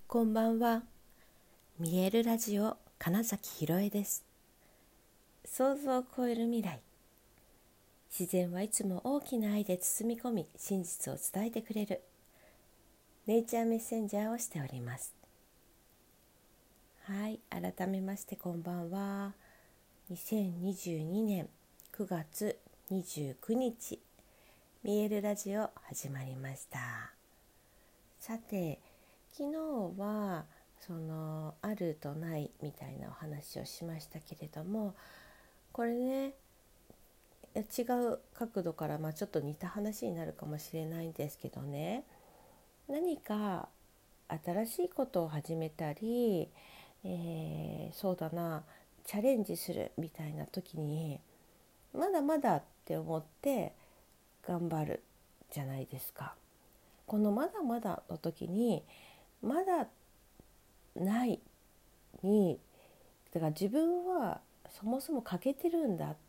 こんばんは。見えるラジオ金崎ひろえです。想像を超える未来。自然はいつも大きな愛で包み込み、真実を伝えてくれるネイチャーメッセンジャーをしております。はい、改めましてこんばんは。2022年9月29日、見えるラジオ始まりました。さて、昨日はあるとないみたいなお話をしましたけれども、これね、違う角度から、ちょっと似た話になるかもしれないんですけどね、何か新しいことを始めたり、そうだな、チャレンジするみたいな時に、まだまだって思って頑張るじゃないですか。このまだまだの時に、まだないに、だから自分はそもそも欠けてるんだって、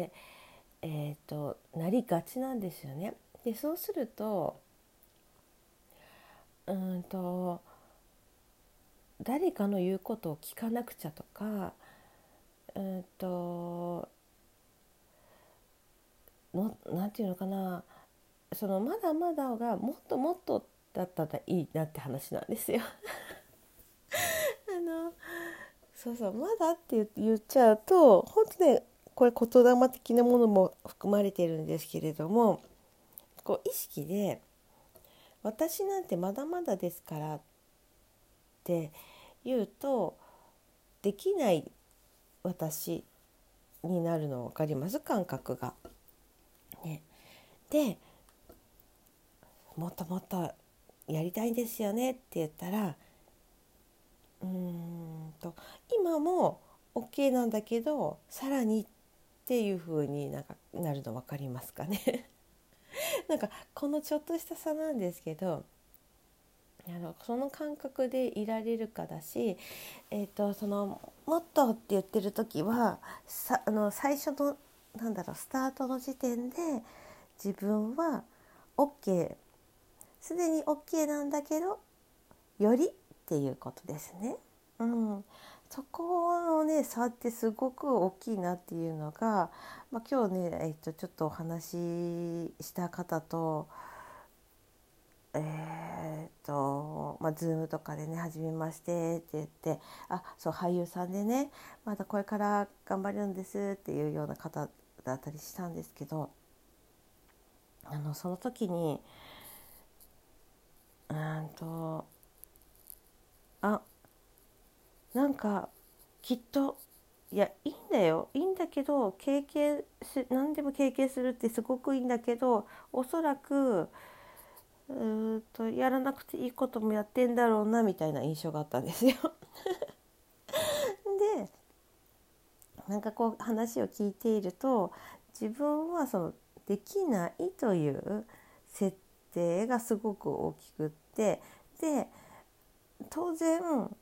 なりがちなんですよね。で、そうすると誰かの言うことを聞かなくちゃとか、なんていうのかな、そのまだまだがもっともっとだったらいいなって話なんですよ。そうそう、まだって言っちゃうと本当ね、これ言霊的なものも含まれているんですけれども、こう意識で私なんてまだまだですからって言うと、できない私になるの分かります？感覚が、ね。で、もっともっとやりたいんですよねって言ったら、今も OK なんだけどさらにっていう風になるの分かりますかね。このちょっとした差なんですけど、その感覚でいられるかだし、もっとって言ってる時は最初のスタートの時点で自分は OK、 すでに OK なんだけどよりっていうことですね。そこのね差ってすごく大きいなっていうのが、今日ね、ちょっとお話しした方とズームとかでね、初めましてって言って、そう、俳優さんでね、まだこれから頑張るんですっていうような方だったりしたんですけど、その時になんかきっと、いや、いいんだよ、いいんだけど、何でも経験するってすごくいいんだけど、おそらくやらなくていいこともやってんだろうなみたいな印象があったんですよ。で、こう話を聞いていると、自分はできないという設定がすごく大きくって、で当然、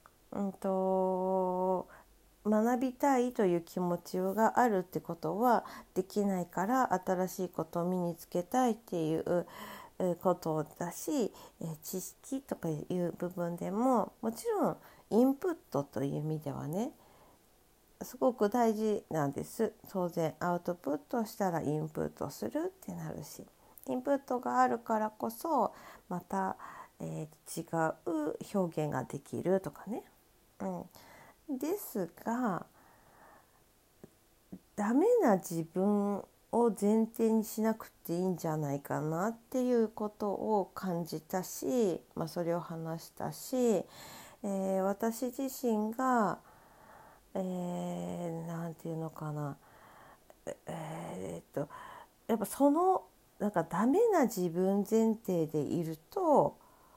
学びたいという気持ちがあるってことは、できないから新しいことを身につけたいっていうことだし、知識とかいう部分でももちろんインプットという意味ではね、すごく大事なんです。当然アウトプットしたらインプットするってなるし、インプットがあるからこそまた、違う表現ができるとかね、ですが、ダメな自分を前提にしなくていいんじゃないかなっていうことを感じたし、それを話したし、私自身が、なんていうのかな、やっぱダメな自分前提でいると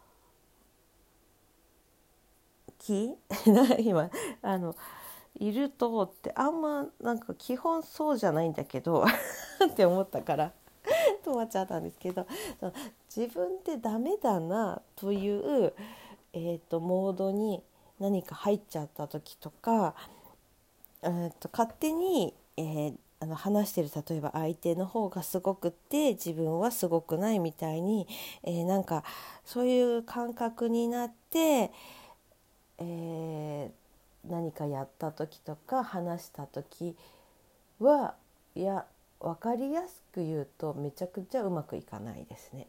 今いるとってあんま基本そうじゃないんだけどって思ったから止まっちゃったんですけど、自分ってダメだなという、モードに何か入っちゃった時とか、勝手に、話してる、例えば相手の方がすごくって自分はすごくないみたいに、そういう感覚になって、 何かやった時とか話した時はいや分かりやすく言うとめちゃくちゃうまくいかないですね。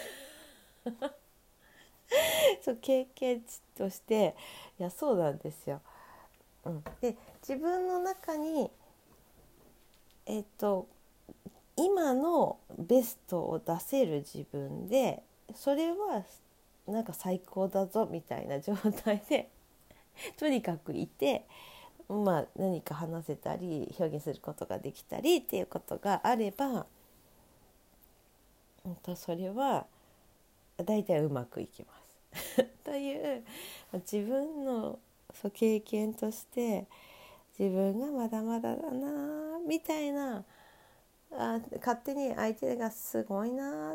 そう経験値としていやそうなんですよ。で自分の中に今のベストを出せる自分でそれはなんか最高だぞみたいな状態でとにかくいて、何か話せたり表現することができたりっていうことがあれば、それはだいたいうまくいきますという自分の経験として自分がまだまだだなみたいな勝手に相手がすごいなって、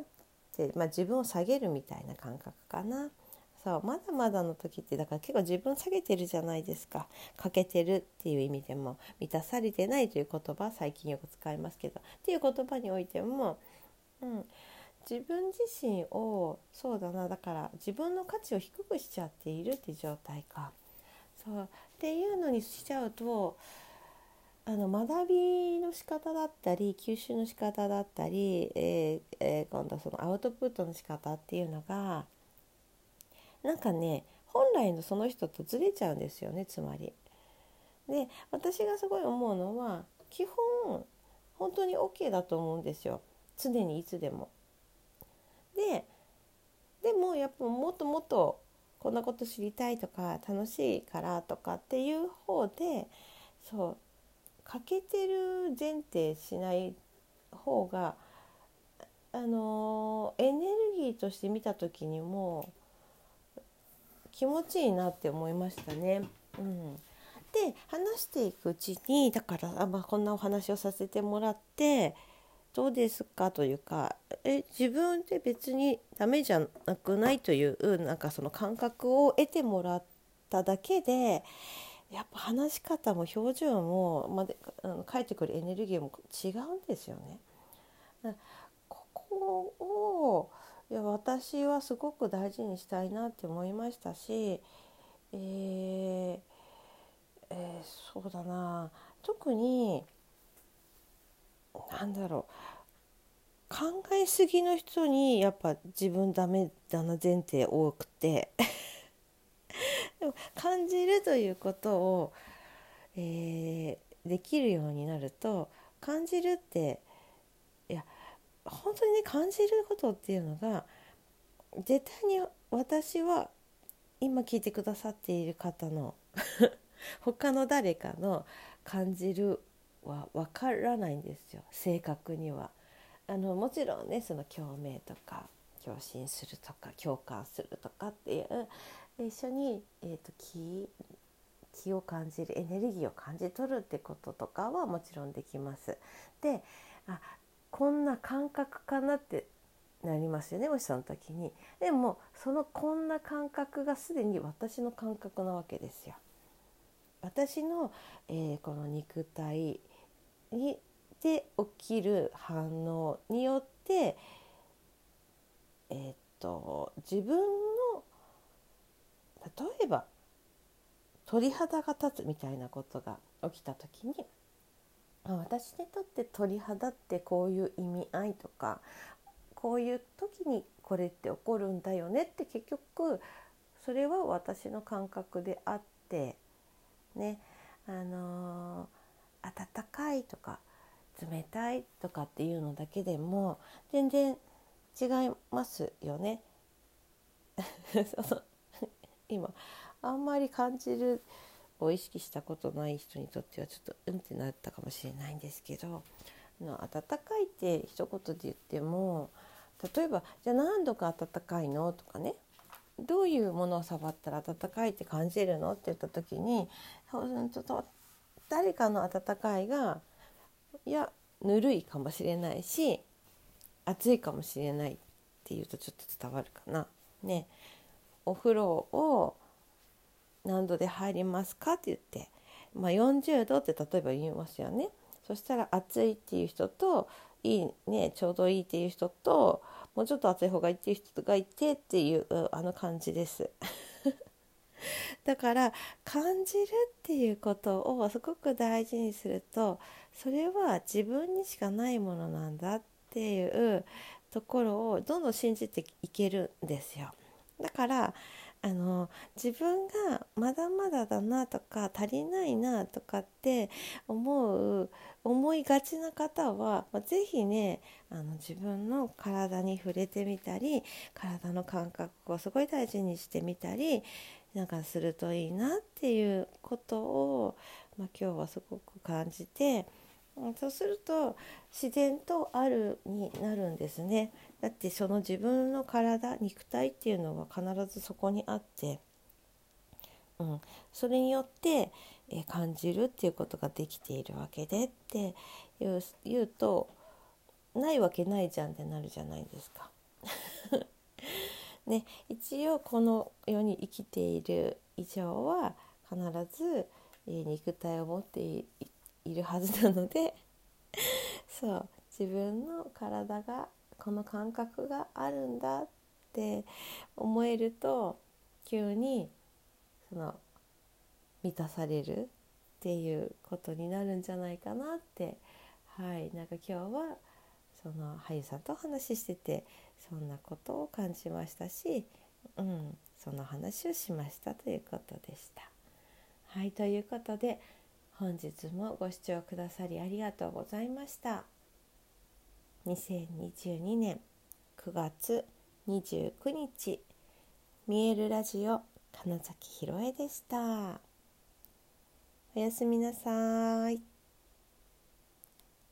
自分を下げるみたいな感覚かな。そうまだまだの時ってだから結構自分下げてるじゃないですか。欠けてるっていう意味でも満たされてないという言葉最近よく使いますけどっていう言葉においても、自分自身をそうだなだから自分の価値を低くしちゃっているっていう状態か。そうっていうのにしちゃうと学びの仕方だったり吸収の仕方だったり、今度はそのアウトプットの仕方っていうのがなんかね本来のその人とずれちゃうんですよね。つまりで私がすごい思うのは基本本当に OK だと思うんですよ。常にいつでも。でもやっぱもっともっとこんなこと知りたいとか楽しいからとかっていう方でそう欠けてる前提しない方がエネルギーとして見た時にも気持ちいいなって思いましたね。で話していくうちにだからこんなお話をさせてもらってどうですかというか自分で別にダメじゃなくないというなんかその感覚を得てもらっただけでやっぱ話し方も表情も、返ってくるエネルギーも違うんですよね。ここを私はすごく大事にしたいなって思いましたし、そうだな特に考えすぎの人にやっぱ自分ダメだな前提多くてでも感じるということを、できるようになると感じるって本当にね感じることっていうのが絶対に私は今聞いてくださっている方の他の誰かの感じるは分からないんですよ。正確にはもちろんねその共鳴とか共振するとか共感するとかっていう一緒に、気を感じるエネルギーを感じ取るってこととかはもちろんできます。でこんな感覚かなってなりますよねもしその時に。でもそのこんな感覚がすでに私の感覚なわけですよ。私の、この肉体で起きる反応によって、自分の例えば鳥肌が立つみたいなことが起きた時に私にとって鳥肌ってこういう意味合いとかこういう時にこれって起こるんだよねって結局それは私の感覚であってね温かいとか冷たいとかっていうのだけでも全然違いますよね今あんまり感じるを意識したことない人にとってはちょっとってなったかもしれないんですけど温かいって一言で言っても例えばじゃあ何度か温かいのとかねどういうものを触ったら温かいって感じるのって言った時に誰かの温かいがぬるいかもしれないし熱いかもしれないっていうとちょっと伝わるかなね。お風呂を何度で入りますかって言って、40度って例えば言いますよね。そしたら暑いっていう人といいねちょうどいいっていう人ともうちょっと暑い方がいいっていう人がいてっていう感じですだから感じるっていうことをすごく大事にすると、それは自分にしかないものなんだっていうところをどんどん信じていけるんですよ。だから自分がまだまだだなとか足りないなとかって思いがちな方は、ぜひね自分の体に触れてみたり、体の感覚をすごい大事にしてみたりなんかするといいなっていうことを、今日はすごく感じて、そうすると自然とあるになるんですね。だってその自分の体、肉体っていうのは必ずそこにあって、それによって、感じるっていうことができているわけでって言うと、ないわけないじゃんってなるじゃないですか。ね、一応この世に生きている以上は必ず、肉体を持っているはずなのでそう自分の体がこの感覚があるんだって思えると、急にその満たされるっていうことになるんじゃないかなって、なんか今日はその俳優さんとお話ししててそんなことを感じましたし、その話をしましたということでした。ということで本日もご視聴くださりありがとうございました。2022年9月29日、見えるラジオ金崎ひろえでした。おやすみなさい。